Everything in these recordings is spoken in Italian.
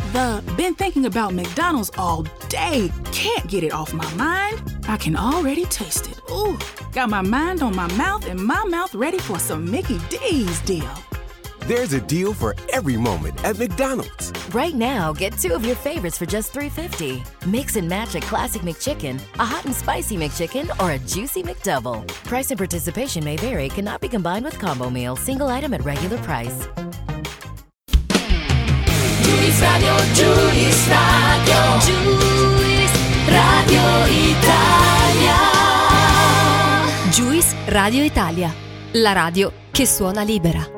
Been thinking about McDonald's all day. Can't get it off my mind. I can already taste it. Ooh, got my mind on my mouth and my mouth ready for some Mickey D's deal. There's a deal for every moment at McDonald's. Right now, get 2 of your favorites for just $3.50. Mix and match a classic McChicken, a hot and spicy McChicken, or a juicy McDouble. Price and participation may vary. Cannot be combined with combo meal. Single item at regular price. Juice Radio, Juice Radio, Juice Radio Italia. Juice Radio Italia, la radio che suona libera.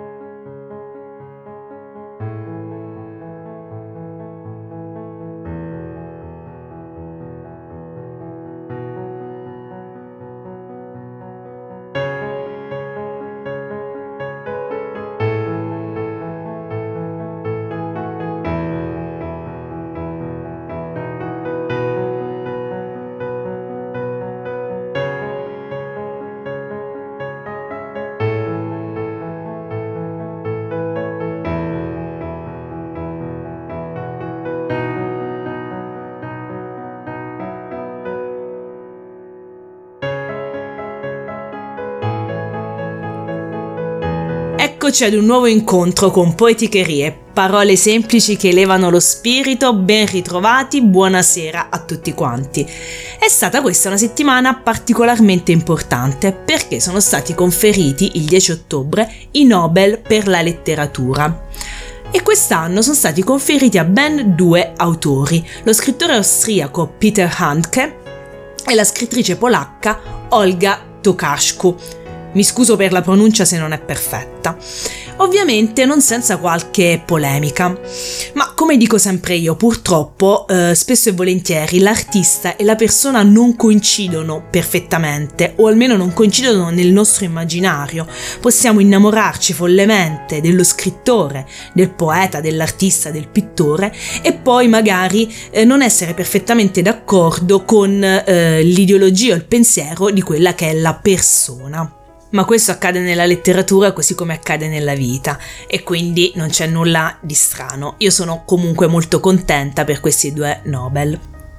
Eccoci ad un nuovo incontro con Poeticherie, parole semplici che elevano lo spirito. Ben ritrovati, buonasera a tutti quanti. È stata questa una settimana particolarmente importante perché sono stati conferiti il 10 ottobre i Nobel per la letteratura. E quest'anno sono stati conferiti a ben 2 autori, lo scrittore austriaco Peter Handke e la scrittrice polacca Olga Tokarczuk. Mi scuso per la pronuncia se non è perfetta. Ovviamente non senza qualche polemica, ma come dico sempre io, purtroppo spesso e volentieri l'artista e la persona non coincidono perfettamente, o almeno non coincidono nel nostro immaginario. Possiamo innamorarci follemente dello scrittore, del poeta, dell'artista, del pittore e poi magari non essere perfettamente d'accordo con l'ideologia o il pensiero di quella che è la persona. Ma questo accade nella letteratura così come accade nella vita e quindi non c'è nulla di strano. Io sono comunque molto contenta per questi 2 Nobel.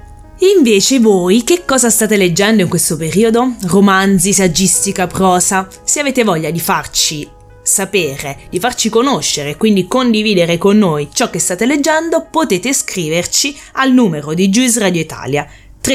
Invece voi che cosa state leggendo in questo periodo? Romanzi, saggistica, prosa? Se avete voglia di farci sapere, di farci conoscere e quindi condividere con noi ciò che state leggendo, potete scriverci al numero di Juice Radio Italia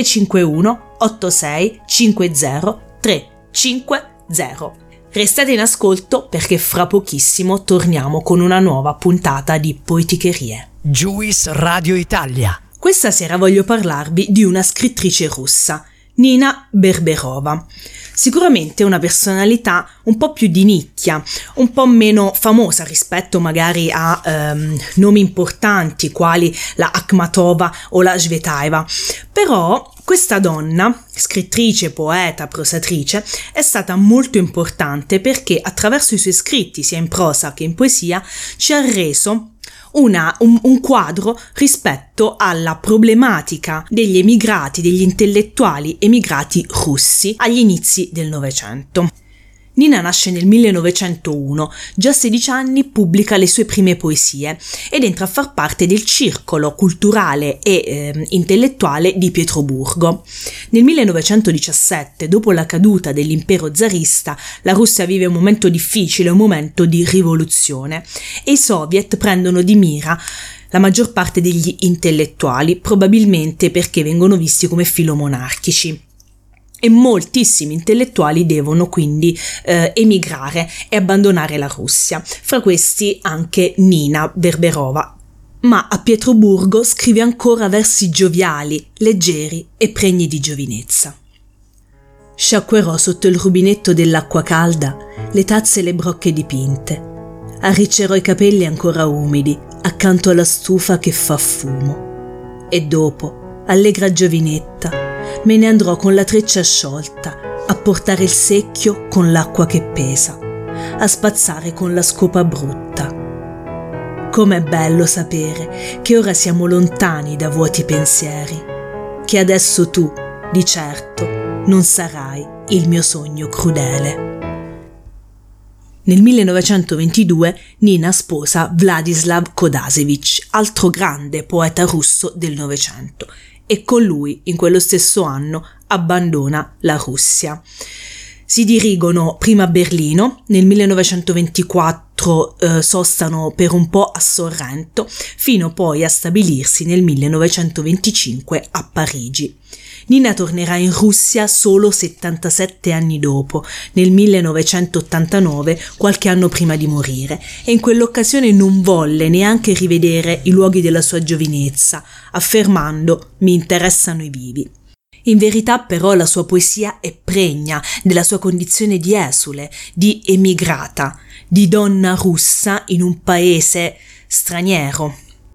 351 86 50 350. Restate in ascolto perché fra pochissimo torniamo con una nuova puntata di Poeticherie. Juice Radio Italia. Questa sera voglio parlarvi di una scrittrice russa, Nina Berberova. Sicuramente una personalità un po' più di nicchia, un po' meno famosa rispetto magari a nomi importanti quali la Akhmatova o la Svetaeva, però questa donna, scrittrice, poeta, prosatrice, è stata molto importante perché attraverso i suoi scritti, sia in prosa che in poesia, ci ha reso un quadro rispetto alla problematica degli emigrati, degli intellettuali emigrati russi agli inizi del Novecento. Nina nasce nel 1901, già a 16 anni pubblica le sue prime poesie ed entra a far parte del circolo culturale e intellettuale di Pietroburgo. Nel 1917, dopo la caduta dell'impero zarista, la Russia vive un momento difficile, un momento di rivoluzione e i soviet prendono di mira la maggior parte degli intellettuali, probabilmente perché vengono visti come filomonarchici. E moltissimi intellettuali devono quindi emigrare e abbandonare la Russia, fra questi anche Nina Berberova. Ma a Pietroburgo scrive ancora versi gioviali, leggeri e pregni di giovinezza. Sciacquerò sotto il rubinetto dell'acqua calda le tazze e le brocche dipinte. Arriccerò i capelli ancora umidi accanto alla stufa che fa fumo. E dopo, allegra giovinetta, me ne andrò con la treccia sciolta a portare il secchio con l'acqua che pesa, a spazzare con la scopa brutta. Com'è bello sapere che ora siamo lontani da vuoti pensieri, che adesso tu, di certo, non sarai il mio sogno crudele. Nel 1922 Nina sposa Vladislav Kodasevich, altro grande poeta russo del Novecento, e con lui, in quello stesso anno, abbandona la Russia. Si dirigono prima a Berlino, nel 1924 sostano per un po' a Sorrento, fino poi a stabilirsi nel 1925 a Parigi. Nina tornerà in Russia solo 77 anni dopo, nel 1989, qualche anno prima di morire, e in quell'occasione non volle neanche rivedere i luoghi della sua giovinezza, affermando «mi interessano i vivi». In verità però la sua poesia è pregna della sua condizione di esule, di emigrata, di donna russa in un paese straniero.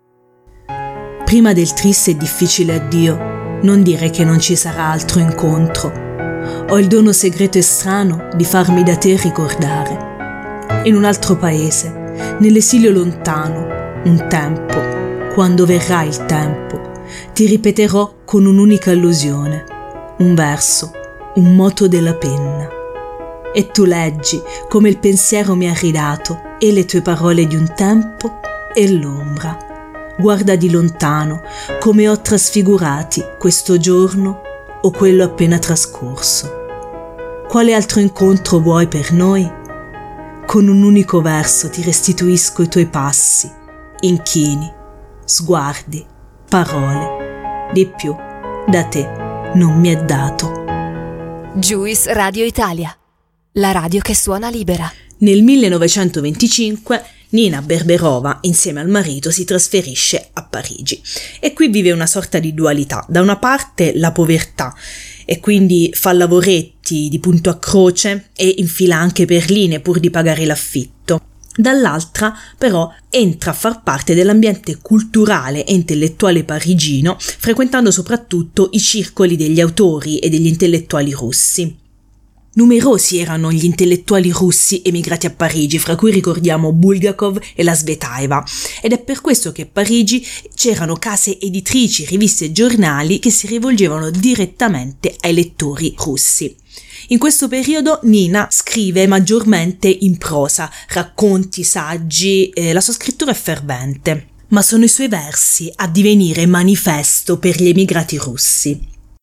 Prima del triste e difficile addio, non dire che non ci sarà altro incontro. Ho il dono segreto e strano di farmi da te ricordare. In un altro paese, nell'esilio lontano, un tempo, quando verrà il tempo, ti ripeterò con un'unica allusione, un verso, un moto della penna. E tu leggi come il pensiero mi ha ridato e le tue parole di un tempo e l'ombra. Guarda di lontano come ho trasfigurati questo giorno o quello appena trascorso. Quale altro incontro vuoi per noi? Con un unico verso ti restituisco i tuoi passi, inchini, sguardi, parole. Di più da te non mi è dato. Juice Radio Italia, la radio che suona libera. Nel 1925 Nina Berberova, insieme al marito, si trasferisce a Parigi e qui vive una sorta di dualità. Da una parte la povertà e quindi fa lavoretti di punto a croce e infila anche perline pur di pagare l'affitto. Dall'altra però entra a far parte dell'ambiente culturale e intellettuale parigino, frequentando soprattutto i circoli degli autori e degli intellettuali russi. Numerosi erano gli intellettuali russi emigrati a Parigi, fra cui ricordiamo Bulgakov e la Svetaeva, ed è per questo che a Parigi c'erano case editrici, riviste e giornali che si rivolgevano direttamente ai lettori russi. In questo periodo Nina scrive maggiormente in prosa, racconti, saggi, la sua scrittura è fervente, ma sono i suoi versi a divenire manifesto per gli emigrati russi.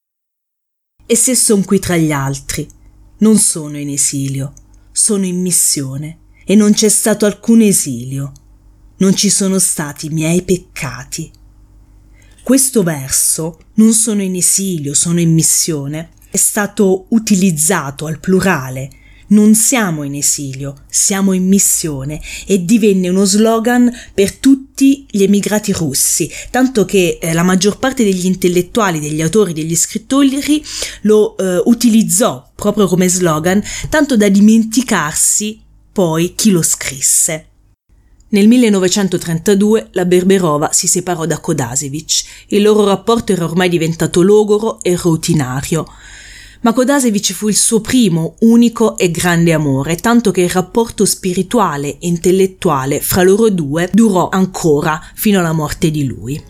E se son qui tra gli altri, non sono in esilio, sono in missione e non c'è stato alcun esilio, non ci sono stati miei peccati. Questo verso, non sono in esilio, sono in missione, è stato utilizzato al plurale, non siamo in esilio, siamo in missione, e divenne uno slogan per tutti gli emigrati russi, tanto che la maggior parte degli intellettuali, degli autori, degli scrittori lo utilizzò proprio come slogan, tanto da dimenticarsi poi chi lo scrisse. Nel 1932 la Berberova si separò da Kodasevich, il loro rapporto era ormai diventato logoro e routinario. Ma Kodasevich fu il suo primo, unico e grande amore, tanto che il rapporto spirituale e intellettuale fra loro due durò ancora fino alla morte di lui.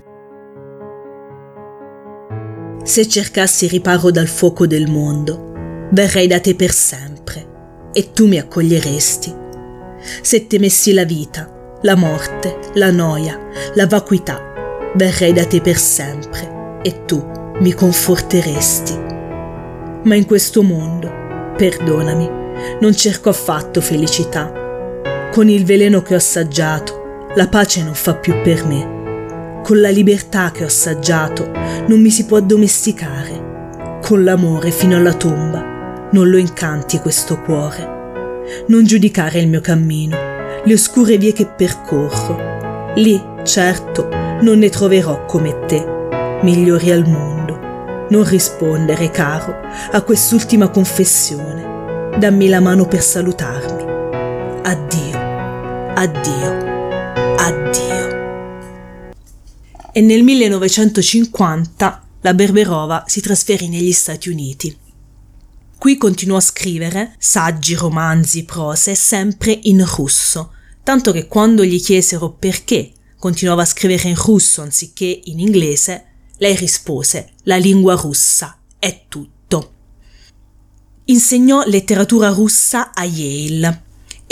Se cercassi riparo dal fuoco del mondo, verrei da te per sempre, e tu mi accoglieresti. Se temessi la vita, la morte, la noia, la vacuità, verrei da te per sempre, e tu mi conforteresti. Ma in questo mondo, perdonami, non cerco affatto felicità. Con il veleno che ho assaggiato, la pace non fa più per me. Con la libertà che ho assaggiato, non mi si può addomesticare. Con l'amore fino alla tomba, non lo incanti questo cuore. Non giudicare il mio cammino, le oscure vie che percorro. Lì, certo, non ne troverò come te, migliori al mondo. Non rispondere, caro, a quest'ultima confessione. Dammi la mano per salutarmi. Addio, addio, addio. E nel 1950 la Berberova si trasferì negli Stati Uniti. Qui continuò a scrivere saggi, romanzi, prose, sempre in russo, tanto che quando gli chiesero perché continuava a scrivere in russo anziché in inglese, lei rispose: la lingua russa è tutto. Insegnò letteratura russa a Yale e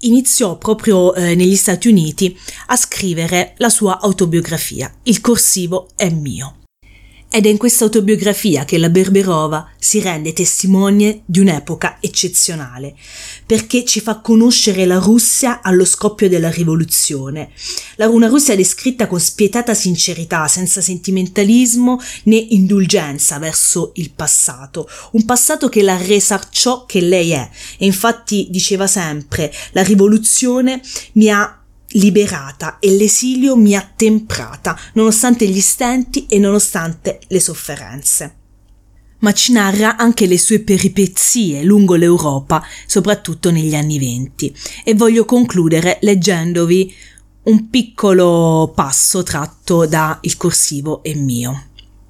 iniziò proprio negli Stati Uniti a scrivere la sua autobiografia, Il corsivo è mio. Ed è in questa autobiografia che la Berberova si rende testimone di un'epoca eccezionale, perché ci fa conoscere la Russia allo scoppio della rivoluzione. Una Russia descritta con spietata sincerità, senza sentimentalismo né indulgenza verso il passato, un passato che l'ha resa ciò che lei è. E infatti diceva sempre: la rivoluzione mi ha liberata e l'esilio mi ha temprata, nonostante gli stenti e nonostante le sofferenze. Ma ci narra anche le sue peripezie lungo l'Europa, soprattutto negli anni '20. E voglio concludere leggendovi un piccolo passo tratto da Il corsivo è mio.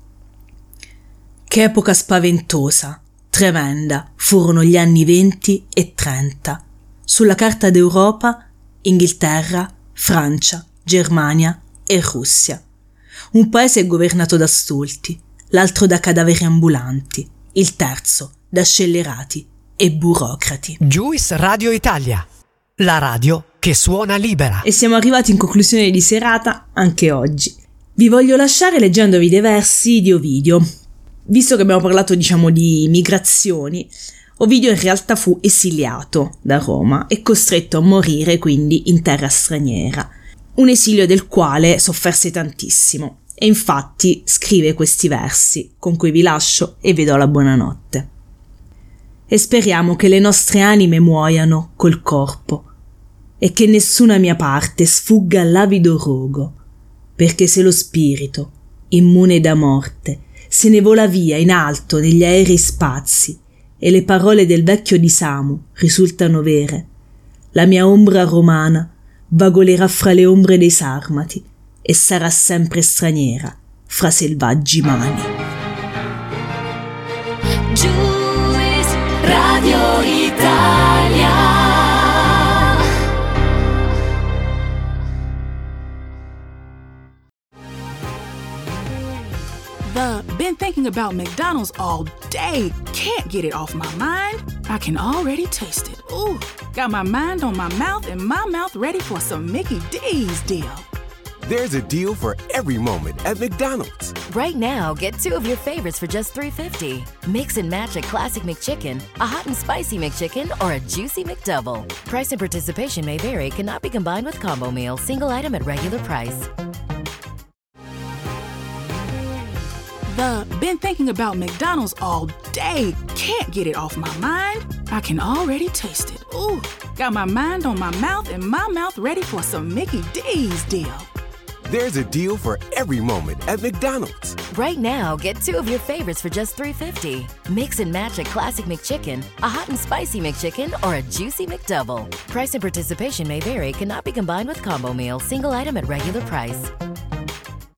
Che epoca spaventosa, tremenda, furono gli anni 20 e 30. Sulla carta d'Europa, Inghilterra, Francia, Germania e Russia. Un paese governato da stolti, l'altro da cadaveri ambulanti, il terzo da scellerati e burocrati. Juice Radio Italia, la radio che suona libera. E siamo arrivati in conclusione di serata anche oggi. Vi voglio lasciare leggendovi dei versi di Ovidio. Visto che abbiamo parlato, di migrazioni, Ovidio in realtà fu esiliato da Roma e costretto a morire quindi in terra straniera, un esilio del quale sofferse tantissimo, e infatti scrive questi versi con cui vi lascio e vi do la buonanotte. E speriamo che le nostre anime muoiano col corpo e che nessuna mia parte sfugga all'avido rogo, perché se lo spirito, immune da morte, se ne vola via in alto negli aerei spazi e le parole del vecchio di Samu risultano vere, la mia ombra romana vagolerà fra le ombre dei Sarmati e sarà sempre straniera fra selvaggi mani. Juice Radio Italia. Been thinking about McDonald's all day. Can't get it off my mind. I can already taste it. Ooh, got my mind on my mouth and my mouth ready for some Mickey D's deal. There's a deal for every moment at McDonald's. Right now, get 2 of your favorites for just $3.50. Mix and match a classic McChicken, a hot and spicy McChicken, or a juicy McDouble. Price and participation may vary, cannot be combined with combo meal, single item at regular price. Been thinking about McDonald's all day. Can't get it off my mind. I can already taste it. Ooh, got my mind on my mouth and my mouth ready for some Mickey D's deal. There's a deal for every moment at McDonald's. Right now, get 2 of your favorites for just $3.50. Mix and match a classic McChicken, a hot and spicy McChicken, or a juicy McDouble. Price and participation may vary, cannot be combined with combo meal, single item at regular price.